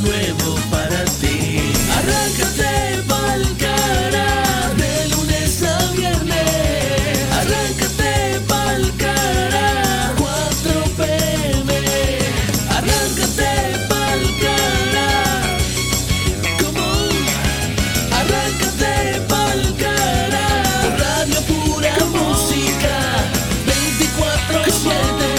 nuevo para ti. Arráncate pa'l cara, de lunes a viernes. Arráncate pa'l cara, 4 p.m. Arráncate pa'l cara, come on. Arráncate pa'l cara, por radio pura música, 24/7.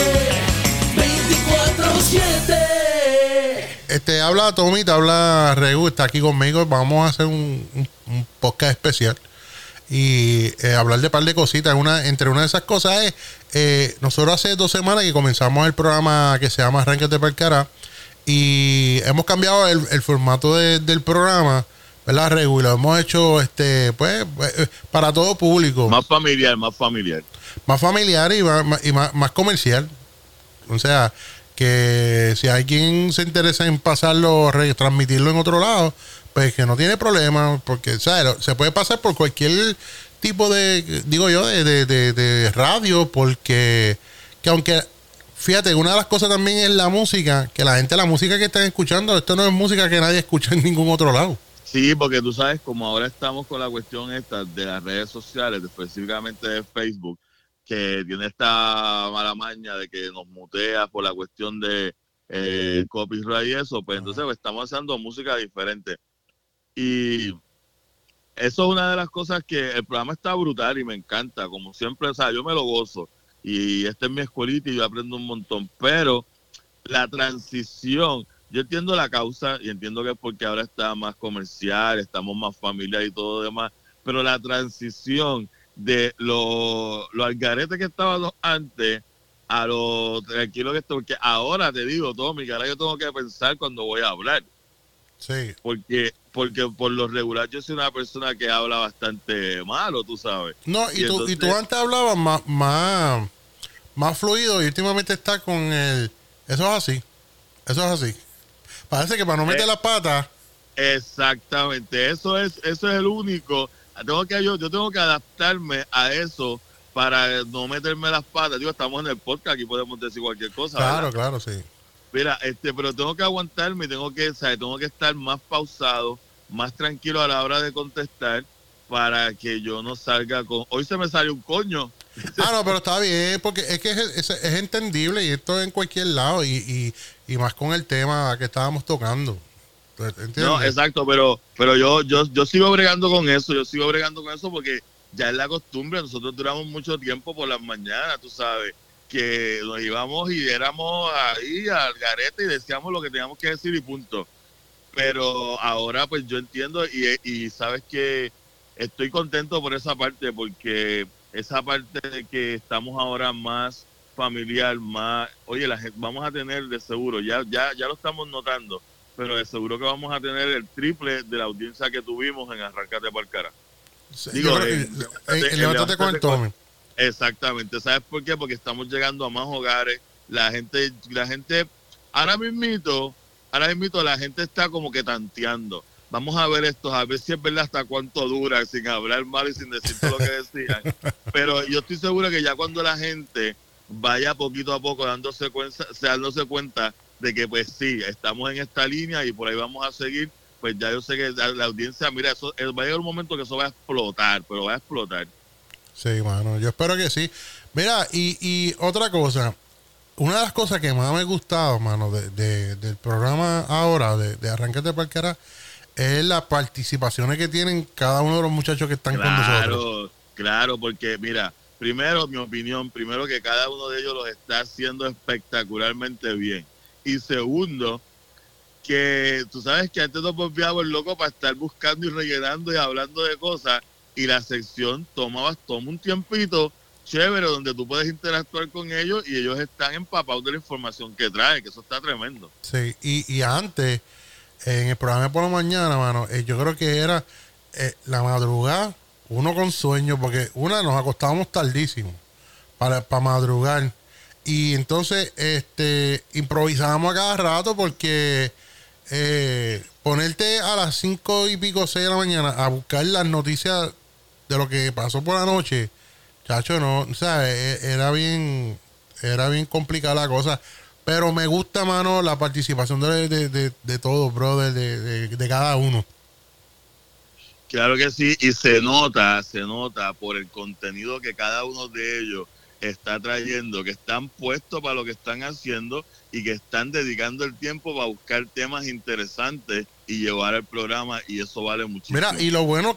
Habla Tommy, te habla Regu, está aquí conmigo. Vamos a hacer un podcast especial y hablar de un par de cositas. Entre una de esas cosas es, nosotros hace 2 semanas que comenzamos el programa que se llama Arráncate pa'l cara y hemos cambiado el formato del programa, ¿verdad, Regu? Y lo hemos hecho pues para todo público. Más familiar. Más familiar y más comercial. O sea, que si alguien se interesa en pasarlo, transmitirlo en otro lado, pues que no tiene problema, porque ¿sabes? Se puede pasar por cualquier tipo de, digo yo, de radio, porque que aunque, fíjate, una de las cosas también es la música, que la música que están escuchando, esto no es música que nadie escucha en ningún otro lado. Sí, porque tú sabes, como ahora estamos con la cuestión esta de las redes sociales, específicamente de Facebook, que tiene esta mala maña de que nos mutea por la cuestión de copyright y eso, pues entonces pues, estamos haciendo música diferente. Y eso es una de las cosas que el programa está brutal y me encanta, como siempre, o sea, yo me lo gozo. Y esta es mi escuelita y yo aprendo un montón, pero la transición, yo entiendo la causa y entiendo que es porque ahora está más comercial, estamos más familiar y todo lo demás, pero la transición de lo algarete que estábamos antes a lo tranquilo que estoy, porque ahora te digo, Tommy, que ahora yo tengo que pensar cuando voy a hablar. Sí. Porque por lo regular yo soy una persona que habla bastante malo, tú sabes. No, y tú antes hablabas más fluido y últimamente está con el... Eso es así. Parece que para no meter las patas... Exactamente, eso es el único... Yo tengo que adaptarme a eso para no meterme las patas. Digo, estamos en el podcast, aquí podemos decir cualquier cosa. Claro, ¿verdad? Claro, sí. Mira, pero tengo que aguantarme, tengo que estar más pausado, más tranquilo a la hora de contestar para que yo no salga con... Hoy se me sale un coño. No, pero está bien, porque es que es entendible y esto en cualquier lado y más con el tema que estábamos tocando. ¿Entiendes? No, exacto, pero yo sigo bregando con eso, porque ya es la costumbre. Nosotros duramos mucho tiempo por las mañanas, tú sabes, que nos íbamos y éramos ahí al garete y decíamos lo que teníamos que decir y punto. Pero ahora pues yo entiendo y sabes que estoy contento por esa parte, porque esa parte de que estamos ahora más familiar, más, oye, la gente, vamos a tener de seguro, ya lo estamos notando, pero de seguro que vamos a tener el triple de la audiencia que tuvimos en Arráncate pa'l cara. Sí, digo, levántate con el Tommy. Exactamente, ¿sabes por qué? Porque estamos llegando a más hogares, la gente, ahora mismito la gente está como que tanteando. Vamos a ver esto, a ver si es verdad hasta cuánto dura, sin hablar mal y sin decir todo lo que decían. Pero yo estoy seguro que ya cuando la gente vaya poquito a poco dándose cuenta de que pues sí, estamos en esta línea y por ahí vamos a seguir, pues ya yo sé que la audiencia, mira, eso va a llegar un momento que eso va a explotar, pero va a explotar. Sí, mano, yo espero que sí. Mira, y otra cosa, una de las cosas que más me ha gustado, mano, del programa ahora, de Arráncate pa'l cara, es las participaciones que tienen cada uno de los muchachos que están con nosotros. Claro, porque mira, primero, mi opinión, que cada uno de ellos los está haciendo espectacularmente bien. Y segundo, que tú sabes que antes nos volvíamos locos para estar buscando y rellenando y hablando de cosas, y la sección toma un tiempito chévere donde tú puedes interactuar con ellos y ellos están empapados de la información que traen, que eso está tremendo. Sí, y antes, en el programa de por la mañana, mano, yo creo que era la madrugada, uno con sueño, porque nos acostábamos tardísimo para madrugar. Y entonces improvisábamos a cada rato porque ponerte a las 5 y pico, 6 de la mañana a buscar las noticias de lo que pasó por la noche, chacho, no, o sea, era bien complicada la cosa. Pero me gusta, mano, la participación de todos, brother, de cada uno. Claro que sí, y se nota por el contenido que cada uno de ellos está trayendo, que están puestos para lo que están haciendo y que están dedicando el tiempo para buscar temas interesantes y llevar el programa, y eso vale muchísimo. Mira, y lo bueno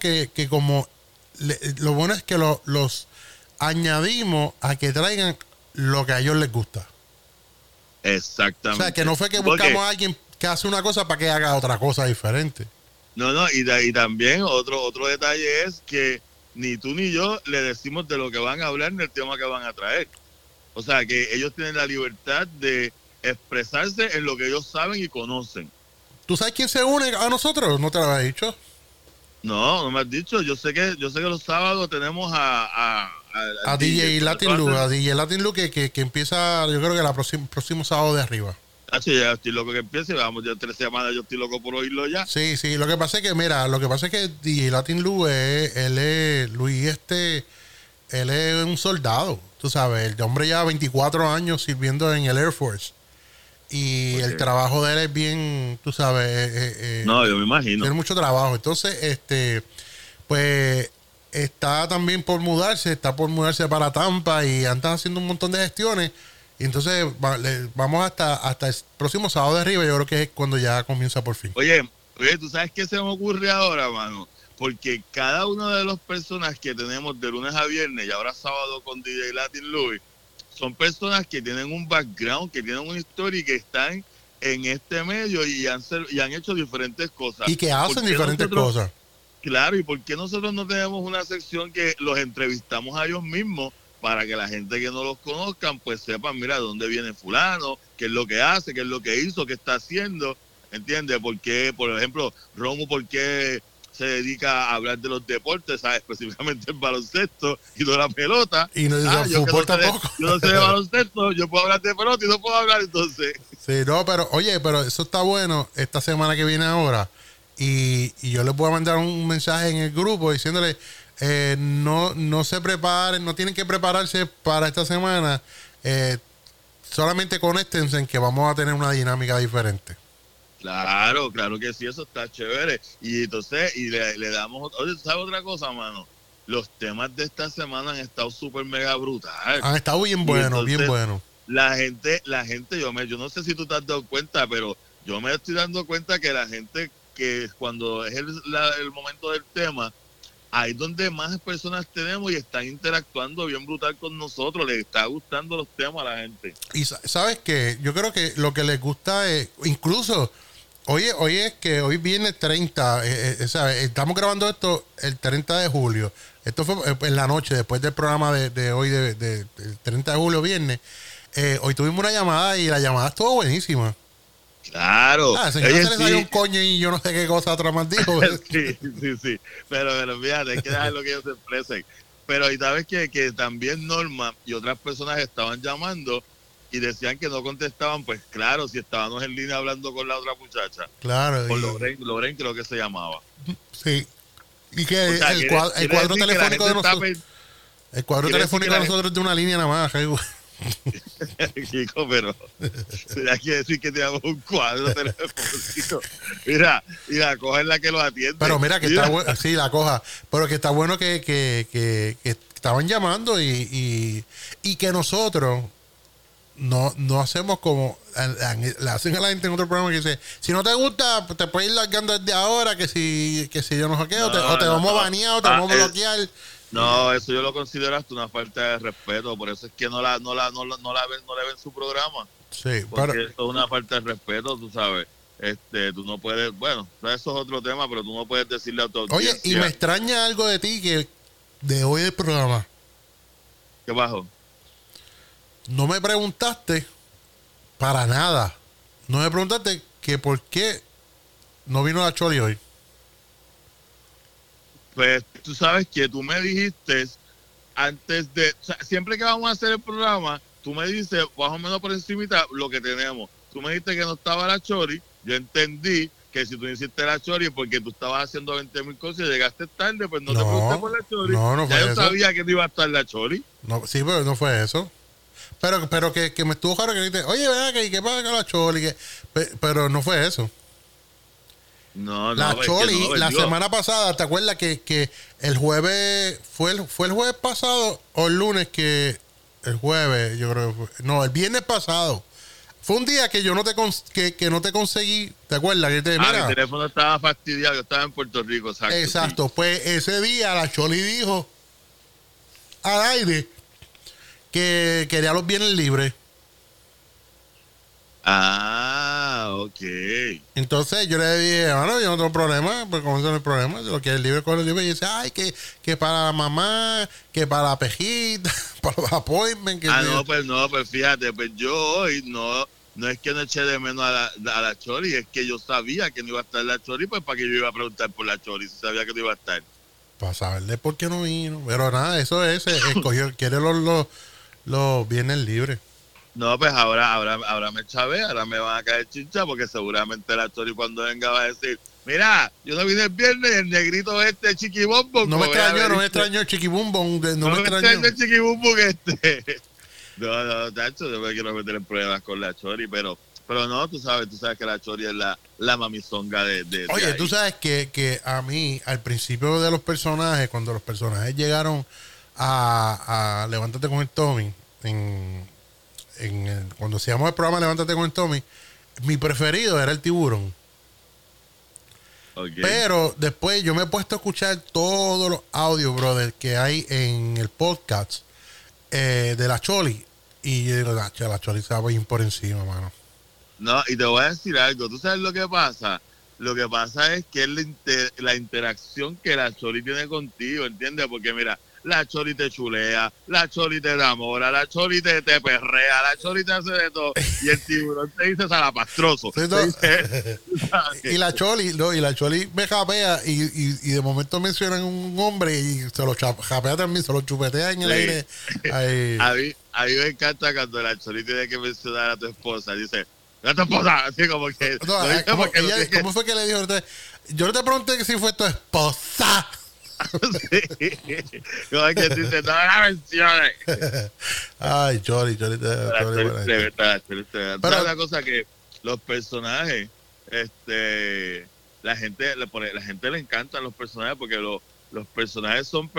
lo bueno es que los añadimos a que traigan lo que a ellos les gusta. Exactamente. O sea, que no fue que buscamos a alguien que hace una cosa para que haga otra cosa diferente. No, y también otro detalle es que ni tú ni yo le decimos de lo que van a hablar ni el tema que van a traer. O sea, que ellos tienen la libertad de expresarse en lo que ellos saben y conocen. ¿Tú sabes quién se une a nosotros? ¿No te lo había dicho? No me has dicho. Yo sé que los sábados tenemos a DJ Latin Lu. A DJ Latin Lu que empieza, yo creo que el próximo sábado de arriba. Ya estoy loco que empiece, vamos, ya 3 semanas, yo estoy loco por oírlo ya. Sí, lo que pasa es que DJ Latin Lu él es un soldado, tú sabes, el hombre lleva 24 años sirviendo en el Air Force. Y el trabajo de él es bien, tú sabes, no, yo me imagino. Tiene mucho trabajo. Entonces, pues está también está por mudarse para Tampa y andan haciendo un montón de gestiones. Y entonces vamos hasta el próximo sábado de arriba, yo creo que es cuando ya comienza por fin. Oye, ¿tú sabes qué se me ocurre ahora, mano? Porque cada una de las personas que tenemos de lunes a viernes y ahora sábado con DJ Latin Louis, son personas que tienen un background, que tienen una historia y que están en este medio y han hecho diferentes cosas. Y que hacen diferentes cosas. Claro, ¿y por qué nosotros no tenemos una sección que los entrevistamos a ellos mismos para que la gente que no los conozcan pues sepan, mira, de dónde viene fulano, qué es lo que hace, qué es lo que hizo, qué está haciendo, ¿entiendes? ¿Por qué, por ejemplo, Romo, por qué se dedica a hablar de los deportes, ¿sabes? Específicamente el baloncesto y no la pelota? Y no fútbol tampoco. Yo no sé de baloncesto, yo puedo hablar de pelota y no puedo hablar, entonces. Sí, no, pero eso está bueno esta semana que viene ahora. Y yo les voy a mandar un mensaje en el grupo diciéndole, no se preparen, no tienen que prepararse para esta semana. Solamente conéctense en que vamos a tener una dinámica diferente. Claro que sí, eso está chévere. Y entonces, le damos, oye, ¿sabes otra cosa, mano? Los temas de esta semana han estado súper mega brutal. Han estado bien buenos, bien buenos. La gente, yo no sé si tú te has dado cuenta, pero yo me estoy dando cuenta que la gente, que cuando es el momento del tema, ahí es donde más personas tenemos y están interactuando bien brutal con nosotros. Les está gustando los temas a la gente. Y ¿sabes qué? Yo creo que lo que les gusta es, incluso, hoy viene 30, ¿sabes? Estamos grabando esto el 30 de julio. Esto fue en la noche, después del programa de hoy, del 30 de julio, viernes. Hoy tuvimos una llamada y la llamada estuvo buenísima. Claro. Señor, se le salió un coño y yo no sé qué cosa otra más dijo. sí. Pero fíjate, hay que dejarlo que ellos se expresen. Pero y sabes que también Norma y otras personas estaban llamando y decían que no contestaban. Pues claro, si estábamos en línea hablando con la otra muchacha. Claro. Con Loren creo que se llamaba. Sí. Y que el cuadro telefónico de nosotros. El cuadro telefónico de nosotros es de una línea nada más. Chico, pero hay que decir que tenemos un cuadro telefónico. Mira, y la coja es la que lo atiende. Pero mira que está bueno, sí, la coja. Pero que está bueno que estaban llamando y que nosotros no hacemos como le hacen a la gente en otro programa que dice, si no te gusta, te puedes ir largando desde ahora, que si yo no hackeo, o te vamos a banear, o te vamos a bloquear. No, eso yo lo considero hasta una falta de respeto, por eso es que no le ven su programa. Sí, porque eso es una falta de respeto, tú sabes. Tú no puedes, bueno, eso es otro tema, pero tú no puedes decirle a tu audiencia. Oye, y me extraña algo de ti que de hoy del programa. ¿Qué pasó? No me preguntaste para nada. No me preguntaste que por qué no vino la Choli hoy. Pues tú sabes que tú me dijiste antes de, o sea, siempre que vamos a hacer el programa, tú me dices más o menos por encimita lo que tenemos. Tú me dijiste que no estaba la Chori, yo entendí que si tú hiciste la Chori es porque tú estabas haciendo 20,000 cosas y llegaste tarde, pues no te pregunté por la Chori. No fue ya yo eso. sabía que no iba a estar la Chori. No, sí, pero no fue eso. Pero que me estuvo raro que dijiste, oye, ¿verdad? ¿Qué pasa con la Choli? Pero no fue eso. No, La es que Choli, no, la digo, semana pasada, ¿te acuerdas que el jueves, fue el jueves pasado o el lunes que, el jueves, yo creo que fue, no, el viernes pasado, fue un día que yo no te, que no te conseguí, ¿te acuerdas? Que te, mi mira, teléfono estaba fastidiado, yo estaba en Puerto Rico, exacto. exacto, Sí. pues ese día la Choli dijo al aire que quería los bienes libres. Ah, ok. Entonces yo le dije, bueno, yo no tengo problema, pues con eso no hay problema, si lo quiere libre, con el libre. Y dice, ay, que para la mamá, que para la pejita, para los appointments. Pues fíjate, pues yo hoy no es que no eché de menos a la Chori, es que yo sabía que no iba a estar la Chori, pues para que yo iba a preguntar por la Chori, si sabía que no iba a estar. Para saberle por qué no vino. Pero nada, eso es, escogió, quiere los bienes libres. No, pues ahora me chavé, ahora me van a caer chincha, porque seguramente la Chori cuando venga va a decir, mira, yo no vine el viernes, el negrito este chiquibombo. No me extrañó el chiquibumbón, no me extrañó. El chiquibombo este. No, tacho, yo me quiero meter en pruebas con la Chori, pero no, tú sabes que la Chori es la mamizonga de Oye, ahí. tú sabes que a mí, al principio de los personajes, cuando los personajes llegaron a Levántate con el Tommy, cuando hacíamos el programa Levántate con el Tommy, mi preferido era el tiburón. Okay. Pero después yo me he puesto a escuchar todos los audios, brother, que hay en el podcast de la Choli. Y yo digo, la Choli se va a ir por encima, mano. No, y te voy a decir algo. ¿Tú sabes lo que pasa? Lo que pasa es que es la interacción que la Choli tiene contigo, ¿entiendes? Porque mira, la Choli te chulea, la Choli te enamora, la Choli te perrea, la Choli te hace de todo. Y el tiburón te dice salapastroso. Sí, no. y la Choli me japea y de momento mencionan un hombre y se lo japea también, se lo chupetea en el aire. A mí me encanta cuando la Choli tiene que mencionar a tu esposa. Dice, a tu esposa, así como que... ¿Cómo fue que le dijo? Yo no te pregunté que si fue tu esposa. Sí. Como que dice, no la menciones. Ay, Choli. Pero una cosa que los personajes, la gente le encantan los personajes porque los personajes son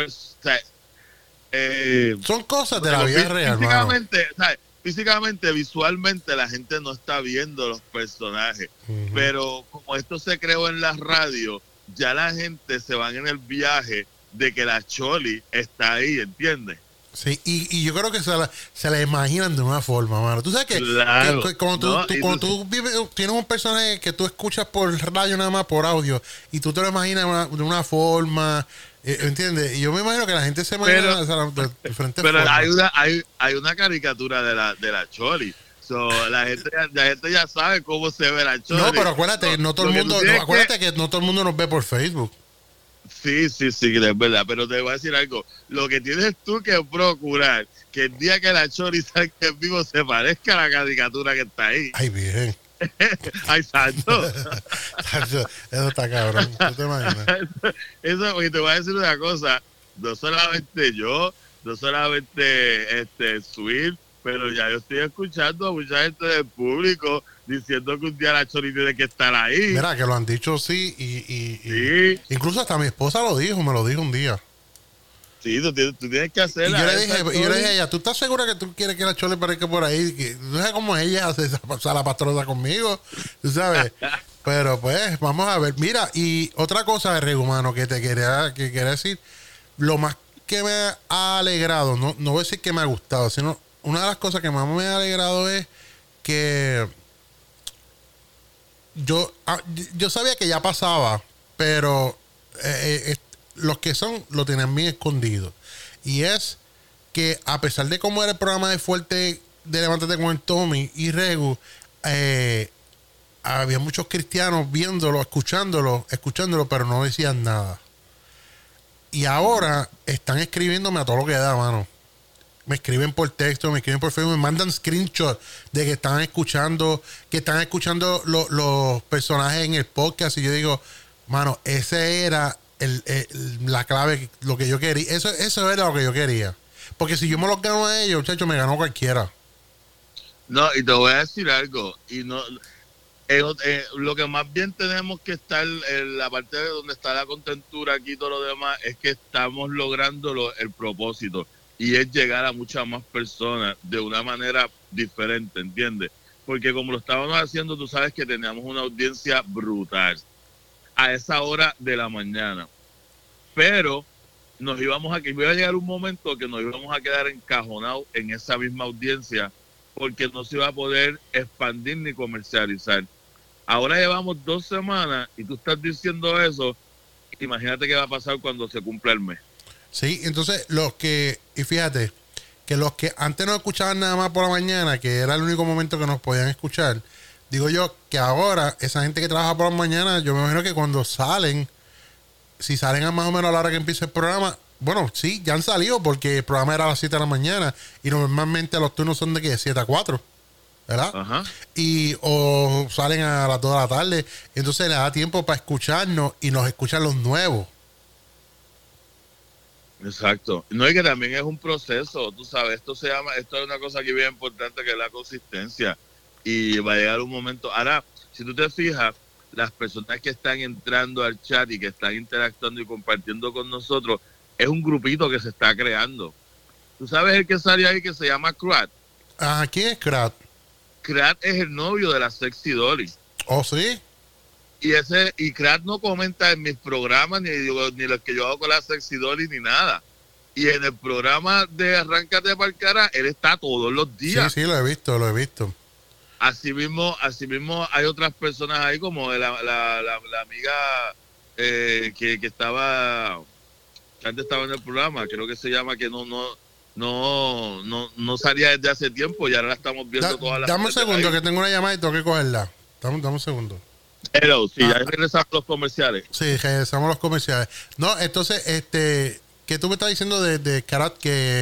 son cosas de la vida real, físicamente, ¿sabes? Físicamente, visualmente, la gente no está viendo los personajes. Uh-huh. Pero como esto se creó en la radio, ya la gente se van en el viaje de que la Choli está ahí, ¿entiendes? Sí, y yo creo que se la imaginan de una forma, mano. Tú sabes que, claro, cuando tú tienes un personaje que tú escuchas por radio nada más, por audio, y tú te lo imaginas de una forma, ¿entiendes? Y yo me imagino que la gente se imagina de diferentes formas. Pero hay una caricatura de la Choli. La gente ya sabe cómo se ve la Choli. No, pero acuérdate, que no todo el mundo nos ve por Facebook. Sí, es verdad, pero te voy a decir algo. Lo que tienes tú que procurar, que el día que la Choli salga en vivo se parezca a la caricatura que está ahí. Ay, bien. Ay, santo. Eso está cabrón. ¿Tú te imaginas? Eso, porque te voy a decir una cosa. No solamente yo, no solamente Swift, pero ya yo estoy escuchando a mucha gente del público diciendo que un día la Choli tiene que estar ahí. Mira, que lo han dicho sí, y incluso hasta mi esposa me lo dijo un día. Sí, tú tienes que hacerla. Y yo le dije a ella, ¿tú estás segura que tú quieres que la Choli parezca por ahí? Que, no sé cómo ella hace la pastrosa conmigo, tú sabes. Pero pues, vamos a ver. Mira, y otra cosa de Rego, humano, que quería decir, lo más que me ha alegrado, no voy a decir que me ha gustado, sino una de las cosas que más me ha alegrado es que yo sabía que ya pasaba, pero los que lo tienen bien escondido. Y es que a pesar de cómo era el programa de Fuerte de Levántate con el Tommy y Regu, había muchos cristianos viéndolo, escuchándolo, pero no decían nada. Y ahora están escribiéndome a todo lo que da, mano. Me escriben por texto, me escriben por Facebook, me mandan screenshots de que están escuchando los personajes en el podcast. Y yo digo, mano, ese era la clave, lo que yo quería. Eso era lo que yo quería. Porque si yo me los gano a ellos, muchachos, me ganó cualquiera. No, y te voy a decir algo. Y no, lo que más bien tenemos que estar en la parte de donde está la contentura aquí y todo lo demás es que estamos logrando el propósito y es llegar a muchas más personas de una manera diferente, ¿entiendes? Porque como lo estábamos haciendo, tú sabes que teníamos una audiencia brutal a esa hora de la mañana, pero iba a llegar un momento que nos íbamos a quedar encajonados en esa misma audiencia porque no se iba a poder expandir ni comercializar. Ahora llevamos 2 semanas y tú estás diciendo eso. Imagínate qué va a pasar cuando se cumpla el mes. Sí, entonces y fíjate, que los que antes no escuchaban nada más por la mañana, que era el único momento que nos podían escuchar, digo yo que ahora, esa gente que trabaja por la mañana, yo me imagino que cuando salen, si salen a más o menos a la hora que empieza el programa, bueno, sí, ya han salido porque el programa era a las 7 de la mañana y normalmente los turnos son de 7 a 4, ¿verdad? Ajá. O salen a las 2 de la tarde, entonces le da tiempo para escucharnos y nos escuchan los nuevos. Exacto. No, y que también es un proceso, tú sabes, esto es una cosa aquí bien importante que es la consistencia y va a llegar un momento. Ahora, si tú te fijas, las personas que están entrando al chat y que están interactuando y compartiendo con nosotros, es un grupito que se está creando. ¿Tú sabes el que sale ahí que se llama Krat? Ah, ¿quién es Krat? Krat es el novio de la Sexy Dolly. ¿Oh, sí? Y Krat no comenta en mis programas ni los que yo hago con la Sexy Dolly ni nada. Y en el programa de Arráncate para el Cara, él está todos los días. Sí, lo he visto. Así mismo hay otras personas ahí como la amiga que estaba, que antes estaba en el programa, creo que se llama, que no salía desde hace tiempo y ahora la estamos viendo todas las. Dame un segundo ahí. Que tengo una llamada y tengo que cogerla. Dame un segundo. Hello, sí, ya regresamos a los comerciales. Sí, regresamos a los comerciales. No, entonces, ¿qué tú me estás diciendo de Krat?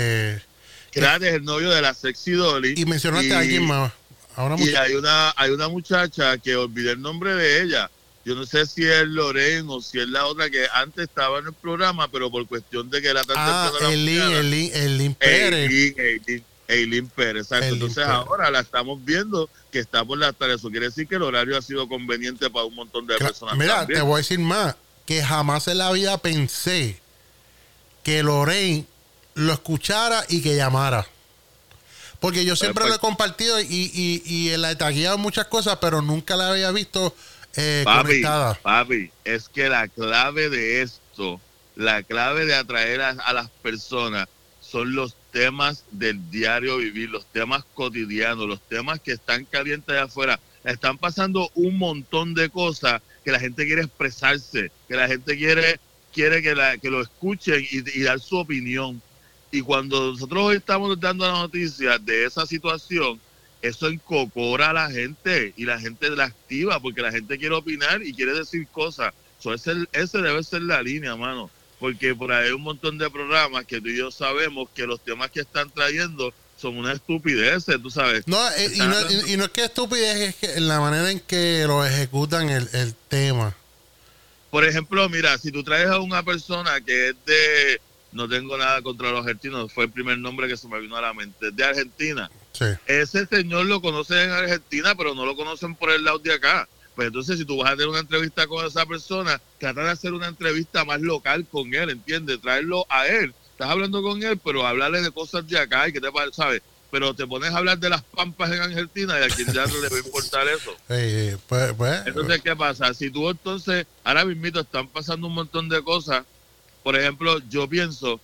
Krat es el novio de la Sexy Dolly. Y mencionaste a alguien más. Y hay una muchacha que olvidé el nombre de ella. Yo no sé si es Lorraine o si es la otra que antes estaba en el programa, pero por cuestión de que era tan Eileen Pérez. Eileen Pérez, exacto. Entonces ahora la estamos viendo que está por las tareas. Eso quiere decir que el horario ha sido conveniente para un montón de personas. Mira, también. Te voy a decir más, que jamás en la vida pensé que Lorraine lo escuchara y que llamara. Porque yo siempre lo he compartido y la he tagueado muchas cosas, pero nunca la había visto conectada. Papi, es que la clave de esto, la clave de atraer a las personas son los temas del diario vivir, los temas cotidianos, los temas que están calientes de afuera. Están pasando un montón de cosas que la gente quiere expresarse, que la gente quiere que lo escuchen y dar su opinión. Y cuando nosotros hoy estamos dando la noticia de esa situación, eso encocora a la gente y la gente la activa porque la gente quiere opinar y quiere decir cosas. Ese debe ser la línea, mano. Porque por ahí hay un montón de programas que tú y yo sabemos que los temas que están trayendo son una estupidez, tú sabes. No, y no es que estupidez, es que la manera en que lo ejecutan el tema. Por ejemplo, mira, si tú traes a una persona que es de... No tengo nada contra los argentinos, fue el primer nombre que se me vino a la mente, es de Argentina. Sí. Ese señor lo conocen en Argentina, pero no lo conocen por el lado de acá. Pues entonces, si tú vas a tener una entrevista con esa persona, trata de hacer una entrevista más local con él, ¿entiendes? Traerlo a él. Estás hablando con él, pero hablarle de cosas de acá y que te parece, ¿sabes? Pero te pones a hablar de las pampas en Argentina y a quien ya no le va a importar eso. Pues, entonces, ¿qué pasa? Si tú entonces, ahora mismito están pasando un montón de cosas. Por ejemplo, yo pienso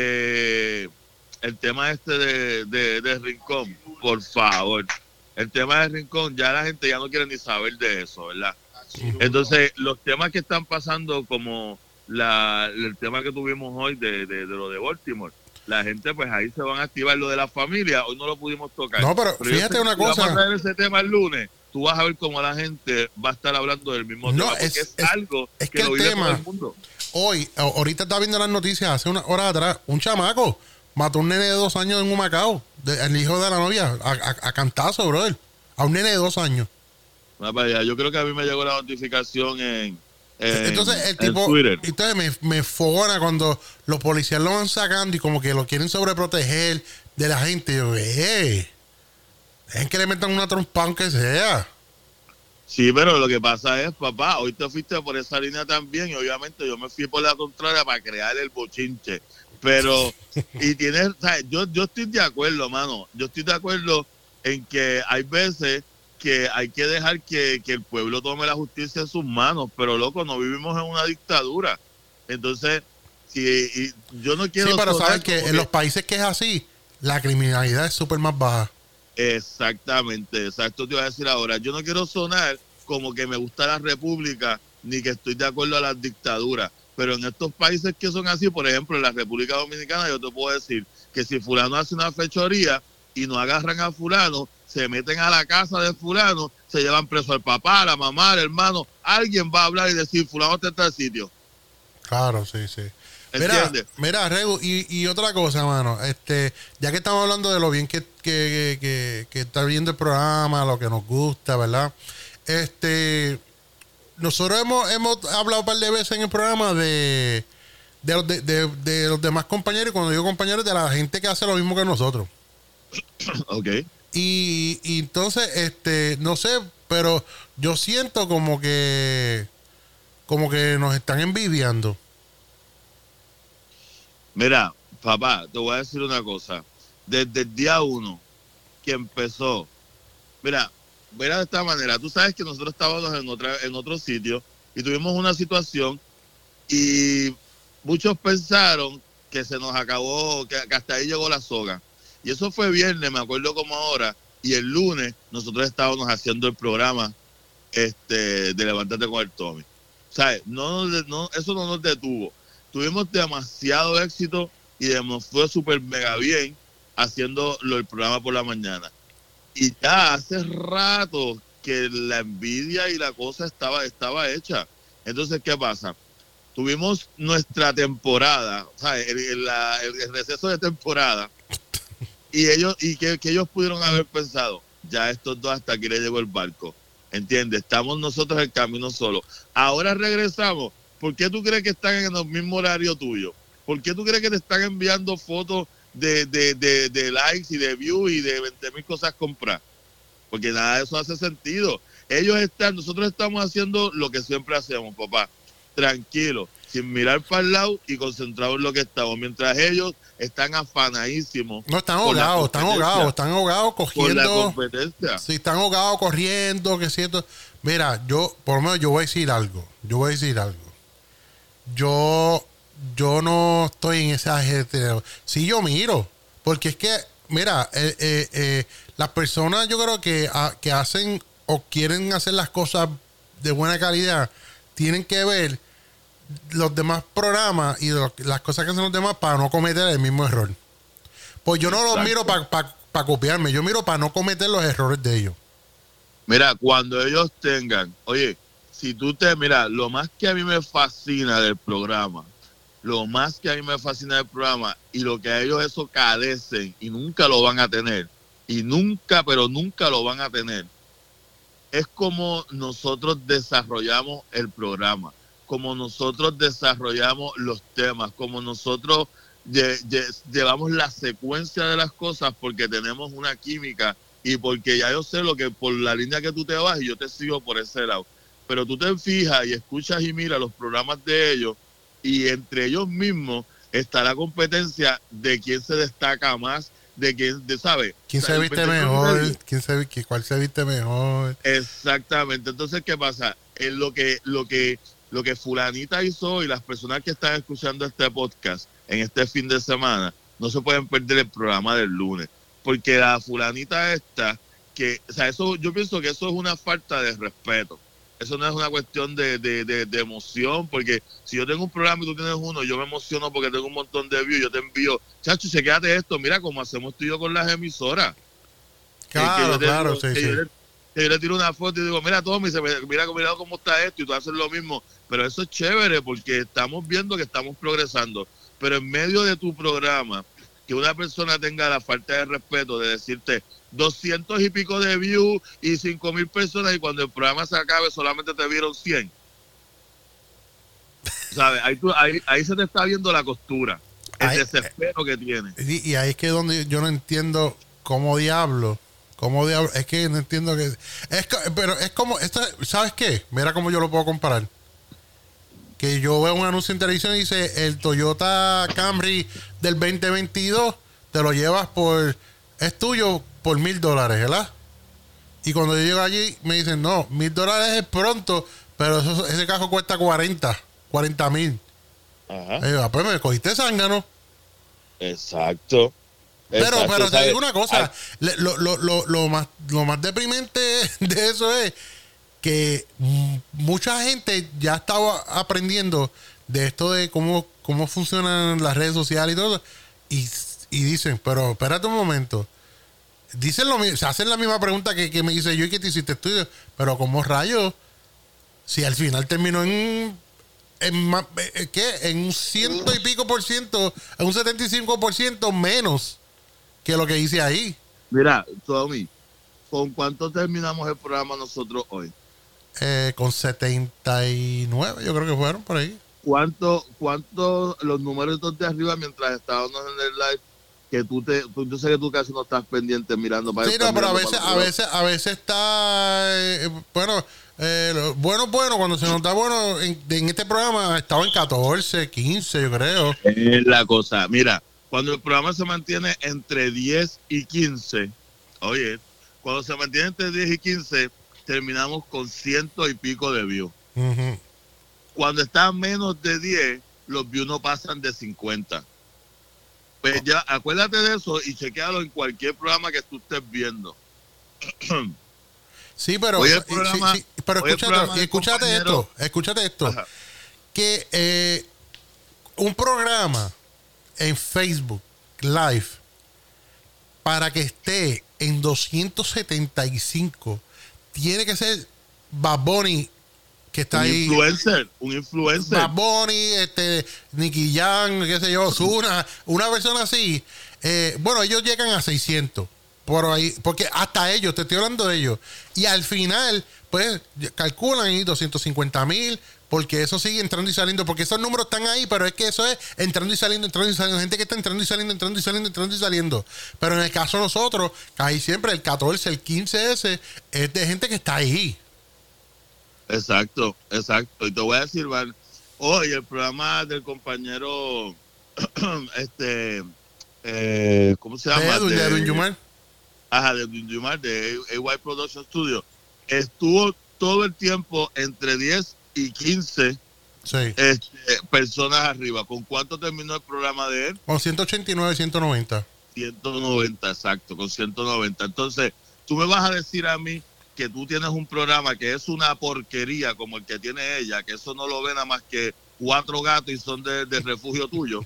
que el tema de Rincón, por favor, el tema de Rincón, ya la gente ya no quiere ni saber de eso, ¿verdad? Entonces, los temas que están pasando, como el tema que tuvimos hoy de lo de Baltimore, la gente pues ahí se van a activar. Lo de la familia, hoy no lo pudimos tocar. No, pero fíjate una cosa. Vamos a ver ese tema el lunes. Tú vas a ver cómo la gente va a estar hablando del mismo tema, porque es algo que lo vive todo el mundo. Hoy, ahorita estaba viendo las noticias, hace unas horas atrás, un chamaco mató a un nene de 2 años en Humacao, el hijo de la novia, a cantazo, brother, a un nene de 2 años. Yo creo que a mí me llegó la notificación en Entonces el en tipo, Twitter. entonces me fogona cuando los policías lo van sacando y como que lo quieren sobreproteger de la gente. Yo, dejen que le metan una trompa aunque sea. Sí, pero lo que pasa es, papá, hoy te fuiste por esa línea también y obviamente yo me fui por la contraria para crear el bochinche. Pero, y tienes, ¿sabes? Yo estoy de acuerdo, mano. Yo estoy de acuerdo en que hay veces que hay que dejar que el pueblo tome la justicia en sus manos, pero loco, no vivimos en una dictadura. Entonces, y yo no quiero Sí, pero sonar saben que como en los países que es así, la criminalidad es súper más baja. Exactamente, exacto te iba a decir ahora. Yo no quiero sonar como que me gusta la república ni que estoy de acuerdo a las dictaduras, pero en estos países que son así, por ejemplo, en la República Dominicana, yo te puedo decir que si fulano hace una fechoría y no agarran a fulano, se meten a la casa de fulano, se llevan preso al papá, a la mamá, al hermano, alguien va a hablar y decir fulano está en tal sitio. Claro, sí, sí. ¿Entiendes? Mira, Regu, y otra cosa, mano, ya que estamos hablando de lo bien que está viendo el programa, lo que nos gusta, ¿verdad? Nosotros hemos hablado un par de veces en el programa de los demás compañeros, y cuando digo compañeros, de la gente que hace lo mismo que nosotros. Ok. Y entonces, no sé, pero yo siento como que nos están envidiando. Mira, papá, te voy a decir una cosa. Desde el día 1 que empezó, mira de esta manera, tú sabes que nosotros estábamos en otro sitio y tuvimos una situación y muchos pensaron que se nos acabó, que hasta ahí llegó la soga. Y eso fue viernes, me acuerdo como ahora, y el lunes nosotros estábamos haciendo el programa de Levántate con el Tommy. ¿Sabes? Eso no nos detuvo. Tuvimos demasiado éxito y nos fue súper mega bien haciendo el programa por la mañana. Y ya hace rato que la envidia y la cosa estaba hecha. Entonces, ¿qué pasa? Tuvimos nuestra temporada, ¿sabes? El receso de temporada. Y que ellos pudieron haber pensado, ya estos dos hasta aquí le llegó el barco. ¿Entiendes? Estamos nosotros en camino solo. Ahora regresamos. ¿Por qué tú crees que están en el mismo horario tuyo? ¿Por qué tú crees que te están enviando fotos de likes y de views y de 20,000 cosas comprar? Porque nada de eso hace sentido. Nosotros estamos haciendo lo que siempre hacemos, papá. Tranquilo, sin mirar para el lado y concentrados en lo que estamos. Mientras ellos están afanadísimos. No, están ahogados cogiendo. Por la competencia. Sí, están ahogados corriendo, que siento. Mira, por lo menos yo voy a decir algo. Yo no estoy en ese ajetreo. Sí, yo miro. Porque es que, mira, las personas yo creo que hacen o quieren hacer las cosas de buena calidad, tienen que ver los demás programas y las cosas que hacen los demás para no cometer el mismo error. Pues yo no los miro para copiarme, yo miro para no cometer los errores de ellos. Mira, cuando ellos tengan, oye, mira, lo más que a mí me fascina del programa, y lo que a ellos eso carecen y nunca lo van a tener, pero nunca lo van a tener, es como nosotros desarrollamos el programa, como nosotros desarrollamos los temas, como nosotros llevamos la secuencia de las cosas porque tenemos una química y porque ya yo sé lo que por la línea que tú te vas y yo te sigo por ese lado. Pero tú te fijas y escuchas y miras los programas de ellos y entre ellos mismos está la competencia de quién se destaca más, ¿sabe? ¿Quién se viste mejor? ¿Cuál se viste mejor? Exactamente. Entonces, ¿qué pasa? Es lo que fulanita hizo y las personas que están escuchando este podcast en este fin de semana no se pueden perder el programa del lunes. Porque la fulanita yo pienso que eso es una falta de respeto. Eso no es una cuestión de emoción, porque si yo tengo un programa y tú tienes uno, yo me emociono porque tengo un montón de views, yo te envío, chacho, chequéate esto, mira cómo hacemos tú y yo con las emisoras. Claro, sí. Yo le tiro una foto y digo, mira Tommy, mira cómo está esto, y tú haces lo mismo. Pero eso es chévere porque estamos viendo que estamos progresando. Pero en medio de tu programa, que una persona tenga la falta de respeto de decirte 200 y pico de views y 5,000 personas y cuando el programa se acabe solamente te vieron 100. ¿Sabes? Ahí se te está viendo la costura, el desespero que tiene. Y ahí es que donde yo no entiendo cómo diablo, es que no entiendo pero es como, ¿sabes qué? Mira cómo yo lo puedo comparar. Que yo veo un anuncio en televisión y dice, el Toyota Camry del 2022 te lo llevas es tuyo por $1,000, ¿verdad? Y cuando yo llego allí me dicen, no, $1,000 es pronto, pero ese carro cuesta 40,000. Ajá. Y yo, pues me cogiste zángano. Exacto. Pero te ¿sabes? digo una cosa, lo más deprimente de eso es que mucha gente ya estaba aprendiendo de esto de cómo funcionan las redes sociales y todo, y dicen, pero espérate un momento, dicen se hacen la misma pregunta que me hice yo y que te hiciste estudio, pero ¿cómo rayos? Si al final terminó en un 100 y pico por ciento, en un 75% menos que lo que hice ahí. Mira, Tommy, ¿con cuánto terminamos el programa nosotros hoy? Con 79, yo creo que fueron por ahí. ¿Cuánto los números de arriba mientras estábamos en el live, que yo sé que tú casi no estás pendiente mirando para sí, no, pero a veces está bueno, cuando se nos da bueno en este programa estaba en 14, 15, yo creo. Es la cosa, mira, cuando el programa se mantiene entre 10 y 15, oye, cuando se mantiene entre 10 y 15, terminamos con 100 y pico de views. Uh-huh. Cuando está menos de 10, los views no pasan de 50. Pues ya, acuérdate de eso y chequealo en cualquier programa que tú estés viendo. Sí, pero, pero escúchate esto. Ajá. Que un programa en Facebook Live, para que esté en 275, tiene que ser Bad Bunny, que está ahí. Un influencer. Bad Bunny, Nicky Jam, qué sé yo, Ozuna, una persona así. Bueno, ellos llegan a 600 por ahí, porque hasta ellos, te estoy hablando de ellos. Y al final, pues, calculan ahí 250,000, porque eso sigue entrando y saliendo, porque esos números están ahí, pero es que eso es entrando y saliendo, gente que está entrando y saliendo. Pero en el caso de nosotros, ahí siempre el 14, el 15 ese, es de gente que está ahí. Exacto. Y te voy a decir, hoy el programa del compañero, ¿cómo se llama? De Edwin Yumar. Ajá, de Edwin Yumar, de AY Production Studio. Estuvo todo el tiempo entre 10 y 15 personas arriba. ¿Con cuánto terminó el programa de él? Con 189, 190. 190, exacto, con 190. Entonces, tú me vas a decir a mí que tú tienes un programa que es una porquería como el que tiene ella, que eso no lo ve nada más que 4 gatos y son de refugio tuyo.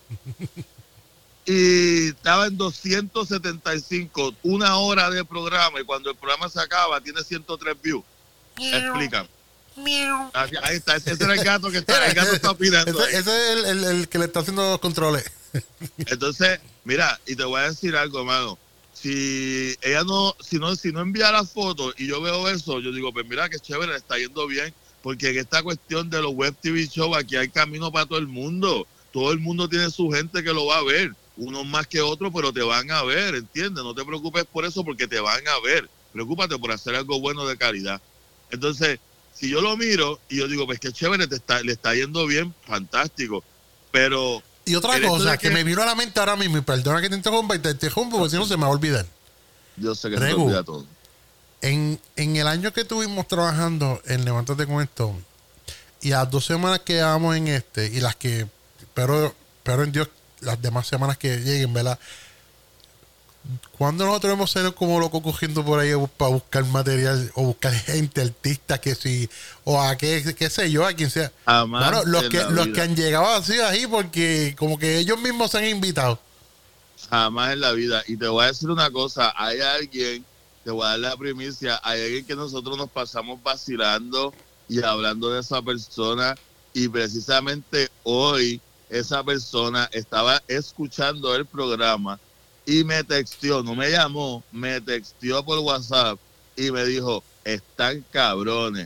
Y estaba en 275, 1 hora de programa, y cuando el programa se acaba tiene 103 views. Explícame. Ahí está, ese era el gato que está, el gato está opinando. Ese es el que le está haciendo los controles. Entonces, mira, y te voy a decir algo, hermano. Si ella si no envía las fotos y yo veo eso, yo digo, pues mira qué chévere, le está yendo bien, porque en esta cuestión de los web TV show, aquí hay camino para todo el mundo. Todo el mundo tiene su gente que lo va a ver, unos más que otros, pero te van a ver, ¿entiendes? No te preocupes por eso, porque te van a ver. Preocúpate por hacer algo bueno de calidad. Entonces, si yo lo miro y yo digo, pues qué chévere, le está yendo bien, fantástico. Pero... Y otra cosa que me vino a la mente ahora mismo, y perdona que te interrumpa, porque si no se me va a olvidar. Yo sé que se me olvida todo. En el año que estuvimos trabajando en Levántate con esto, y las 2 semanas que llevamos en y las que, pero en Dios, las demás semanas que lleguen, ¿verdad? Cuando nosotros hemos sido como locos cogiendo por ahí para buscar material o buscar gente, artistas, que sí, o a qué sé yo, a quien sea. Bueno, los que han llegado así ahí porque como que ellos mismos se han invitado. Jamás en la vida. Y te voy a decir una cosa, hay alguien, te voy a dar la primicia, hay alguien que nosotros nos pasamos vacilando y hablando de esa persona, y precisamente hoy esa persona estaba escuchando el programa y me texteó, no me llamó, me texteó por WhatsApp y me dijo, están cabrones.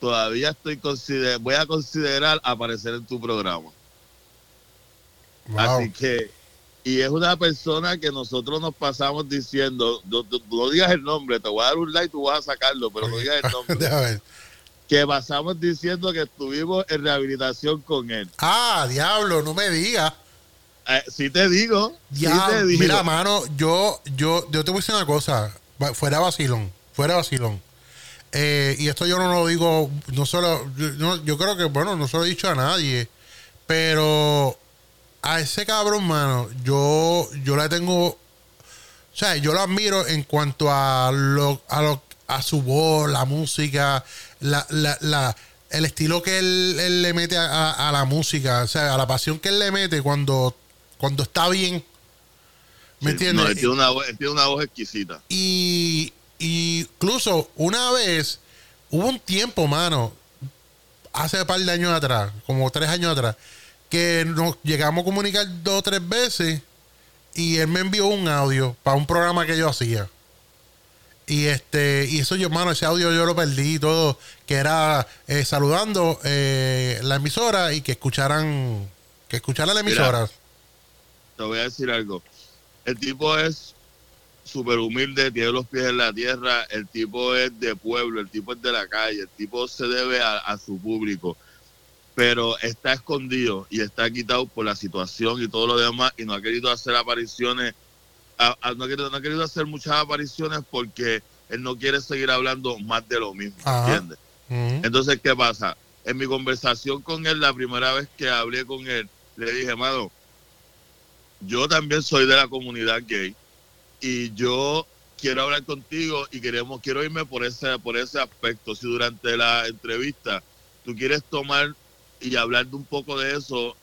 todavía voy a considerar aparecer en tu programa. Wow. Así que, y es una persona que nosotros nos pasamos diciendo, no digas el nombre, te voy a dar un like, tú vas a sacarlo, pero no digas el nombre. Déjame ver. Que pasamos diciendo que estuvimos en rehabilitación con él. Ah, diablo, no me digas. Sí te digo, Ya, sí te digo. mira, mano, yo te voy a decir una cosa, fuera vacilón. Y esto yo no lo digo, no solo, yo creo que, bueno, no se lo he dicho a nadie, pero a ese cabrón, mano, yo le tengo, o sea, yo lo admiro en cuanto a su voz, la música, el estilo que él le mete a la música, o sea, a la pasión que él le mete cuando está bien. ¿Me entiendes? No, él tiene una voz exquisita. Y incluso una vez, hubo un tiempo, mano, hace un par de años atrás, como 3 años atrás, que nos llegamos a comunicar 2 o 3 veces y él me envió un audio para un programa que yo hacía. Y eso yo, mano, ese audio yo lo perdí y todo, que era saludando la emisora y que escucharan la emisora. Mira, te voy a decir algo. El tipo es súper humilde, tiene los pies en la tierra, el tipo es de pueblo, el tipo es de la calle, el tipo se debe a su público, pero está escondido y está quitado por la situación y todo lo demás y no ha querido hacer apariciones, no ha querido hacer muchas apariciones porque él no quiere seguir hablando más de lo mismo, ¿entiendes? Uh-huh. Entonces, ¿qué pasa? En mi conversación con él, la primera vez que hablé con él, le dije, mano, yo también soy de la comunidad gay y yo quiero hablar contigo y quiero irme por ese aspecto. Si durante la entrevista tú quieres tomar y hablar de un poco de eso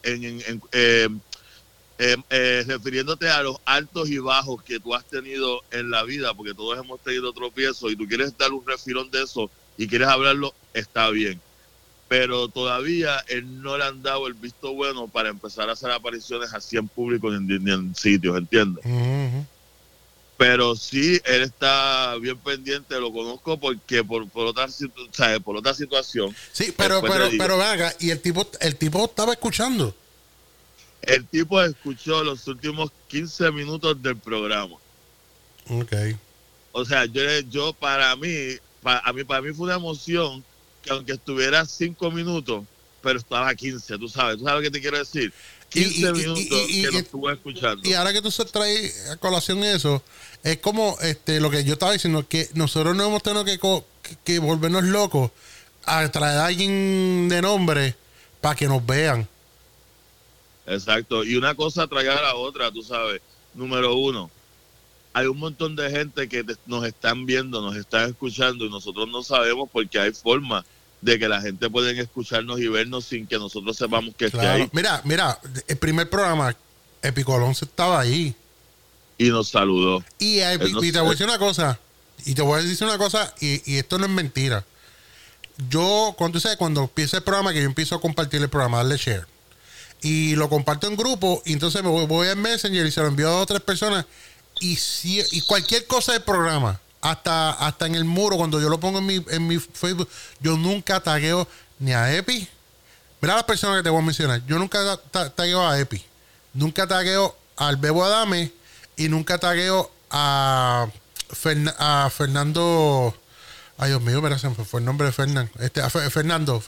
refiriéndote a los altos y bajos que tú has tenido en la vida, porque todos hemos tenido tropiezos y tú quieres dar un refilón de eso y quieres hablarlo, está bien. Pero todavía él no le han dado el visto bueno para empezar a hacer apariciones así en público ni en sitios, ¿entiendes? Uh-huh. Pero sí, él está bien pendiente, lo conozco porque por otra situación. Sí, pero venga, y el tipo estaba escuchando. El tipo escuchó los últimos 15 minutos del programa. Okay. O sea, yo para mí fue una emoción que aunque estuviera 5 minutos, pero estaba 15, tú sabes lo que te quiero decir. 15 minutos que lo estuve escuchando. Y ahora que tú se traes a colación eso, es como lo que yo estaba diciendo, que nosotros no hemos tenido que volvernos locos a traer a alguien de nombre para que nos vean. Exacto. Y una cosa trae a la otra, tú sabes. Número 1, hay un montón de gente que nos están viendo, nos están escuchando y nosotros no sabemos porque hay formas de que la gente pueden escucharnos y vernos sin que nosotros sepamos que esté ahí. Mira, el primer programa, Epicolón estaba ahí. Y nos saludó. Y te voy a decir una cosa, y esto no es mentira. Yo, cuando empieza el programa, que yo empiezo a compartir el programa, darle share, y lo comparto en grupo, y entonces me voy al Messenger y se lo envío a 2 o 3 personas, y cualquier cosa del programa, hasta en el muro, cuando yo lo pongo en mi Facebook, yo nunca tagueo ni a Epi. Mira las personas que te voy a mencionar. Yo nunca tagueo a Epi. Nunca tagueo al Bebo Adame. Y nunca tagueo a Fernando. Ay, Dios mío, mira, se me fue el nombre de Fernando. Fernando.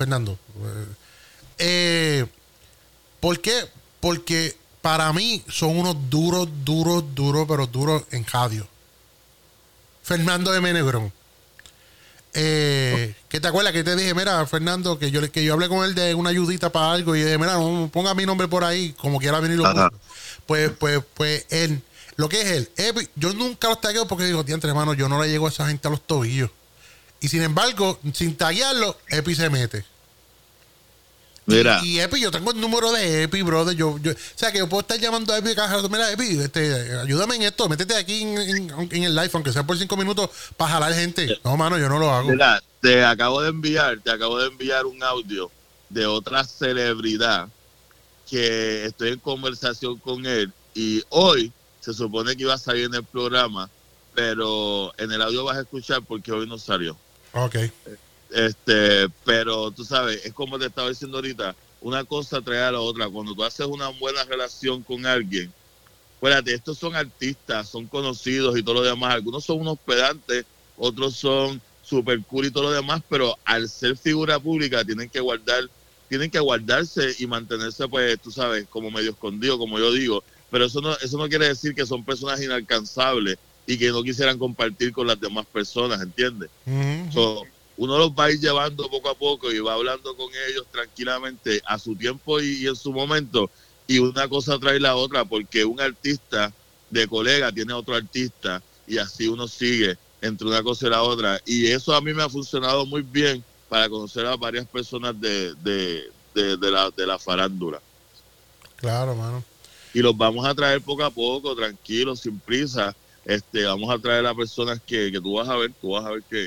¿Por qué? Porque para mí son unos duros, pero duros en radio. Fernando de Menegrón. ¿Qué te acuerdas que te dije? Mira, Fernando, que yo hablé con él de una ayudita para algo y dije, mira, no, ponga mi nombre por ahí, como quiera venir lo pues él, lo que es él, yo nunca los tagueo porque digo, tío, hermano, yo no le llego a esa gente a los tobillos. Y sin embargo, sin taguearlo, Epi se mete. Mira. Y Epi, yo tengo el número de Epi, brother. O sea, que yo puedo estar llamando a Epi cada rato. Mira, Epi, ayúdame en esto. Métete aquí en el live, aunque sea por 5 minutos, para jalar gente. No, mano, yo no lo hago. Mira, te acabo de enviar un audio de otra celebridad que estoy en conversación con él. Y hoy se supone que iba a salir en el programa, pero en el audio vas a escuchar porque hoy no salió. Ok. Pero tú sabes, es como te estaba diciendo ahorita, una cosa trae a la otra. Cuando tú haces una buena relación con alguien, fíjate, estos son artistas, son conocidos y todo lo demás. Algunos son unos pedantes, otros son super cool y todo lo demás, pero al ser figura pública tienen que guardarse y mantenerse, pues, tú sabes, como medio escondido, como yo digo. Pero eso no quiere decir que son personas inalcanzables y que no quisieran compartir con las demás personas, ¿entiendes? So, uno los va a ir llevando poco a poco y va hablando con ellos tranquilamente a su tiempo y en su momento, y una cosa trae la otra, porque un artista de colega tiene otro artista y así uno sigue entre una cosa y la otra, y eso a mí me ha funcionado muy bien para conocer a varias personas de la farándula. Claro, mano. Y los vamos a traer poco a poco, tranquilos, sin prisa. Vamos a traer a personas que tú vas a ver que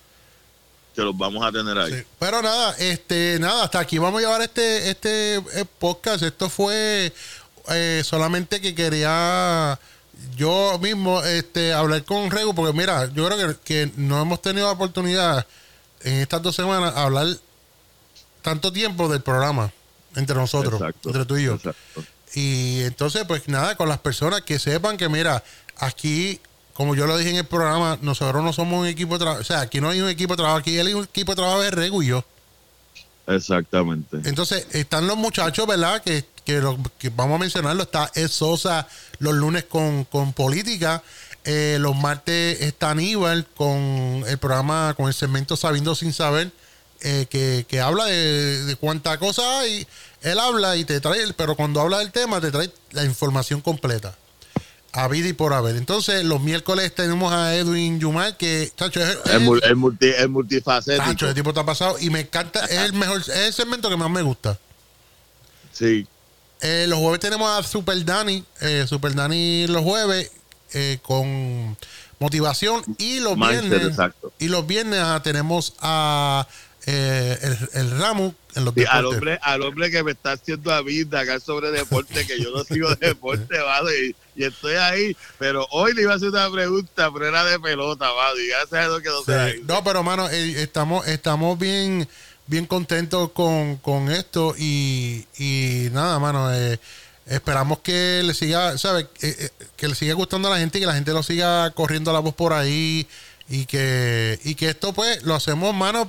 los vamos a tener ahí. Sí. Pero nada, hasta aquí vamos a llevar este podcast. Esto fue solamente que quería yo mismo hablar con Regu, porque mira, yo creo que no hemos tenido la oportunidad en estas 2 semanas hablar tanto tiempo del programa entre nosotros, exacto, entre tú y yo. Exacto. Y entonces, pues nada, con las personas que sepan que, mira, aquí, como yo lo dije en el programa, nosotros no somos un equipo de trabajo. O sea, aquí no hay un equipo de trabajo, aquí hay un equipo de trabajo de Regu y yo. Exactamente. Entonces, están los muchachos, ¿verdad? Que vamos a mencionarlo. Está Ed Sosa los lunes con política. Los martes está Aníbal con el programa, con el segmento Sabiendo Sin Saber, que habla de cuánta cosa hay. Él habla y te trae, pero cuando habla del tema te trae la información completa, a vida y por haber. Entonces, los miércoles tenemos a Edwin Yumar, que, chacho, es multifacético. Chacho, el tipo está pasado y me encanta, es el segmento que más me gusta. Sí. Los jueves tenemos a Super Dani los jueves con motivación, y los viernes tenemos a el Ramu en los deportes. Al hombre que me está haciendo a mí acá sobre deporte, que yo no sigo deporte, ¿vale? Y estoy ahí, pero hoy le iba a hacer una pregunta, pero era de pelota, ¿vale? Y gracias a Dios que no se No, pero mano, estamos bien contentos con esto y nada, mano, esperamos que le siga, ¿sabes? Que le siga gustando a la gente y que la gente lo siga corriendo la voz por ahí. Y que esto, pues, lo hacemos, mano,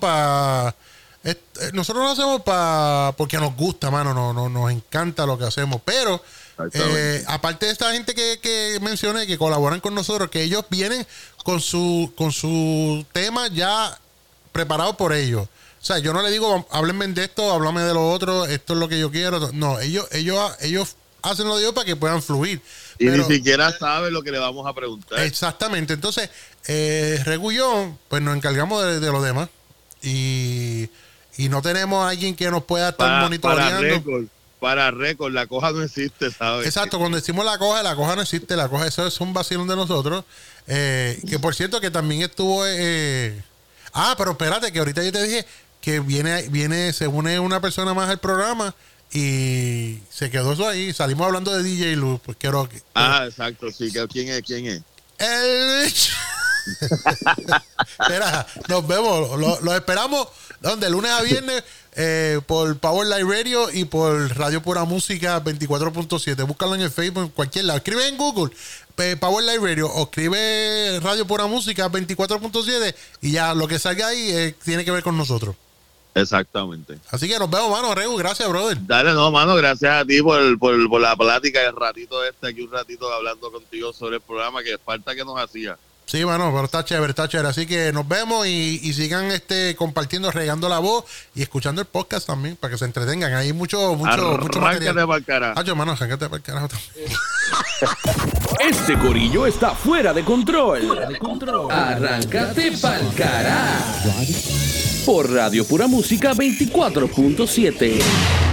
nosotros lo hacemos porque nos gusta, mano, nos encanta lo que hacemos. Pero, aparte de esta gente que mencioné, que colaboran con nosotros, que ellos vienen con su tema ya preparado por ellos. O sea, yo no le digo, háblenme de esto, háblame de lo otro, esto es lo que yo quiero. No, ellos hacen lo de ellos para que puedan fluir. Y ni siquiera sabe lo que le vamos a preguntar. Exactamente. Entonces, Regu y yo, pues nos encargamos de los demás. Y no tenemos a alguien que nos pueda estar monitoreando. Para récord, la coja no existe, ¿sabes? Exacto, cuando decimos la coja no existe. La coja, eso es un vacilón de nosotros. Que por cierto, que también estuvo... pero espérate, que ahorita yo te dije que se une una persona más al programa. Y se quedó eso ahí. Salimos hablando de DJ Luz. Pues quiero que... exacto, sí. ¿Quién es? El... Mira, nos vemos. Los esperamos de lunes a viernes por Power Live Radio y por Radio Pura Música 24.7. Búscalo en el Facebook, en cualquier lado. Escribe en Google Power Live Radio o escribe Radio Pura Música 24.7 y ya lo que salga ahí tiene que ver con nosotros. Exactamente. Así que nos vemos, mano. Regu, gracias, brother. Dale, no, mano, gracias a ti por la plática, el ratito aquí un ratito hablando contigo sobre el programa, que falta que nos hacía. Sí, mano, pero está chévere. Así que nos vemos y sigan compartiendo, regando la voz y escuchando el podcast también para que se entretengan. Hay mucho material. Pa'l carajo. Hermano, arráncate pa'l carajo también. Este corillo está fuera de control. Arráncate pa'l carajo. Por Radio Pura Música 24.7.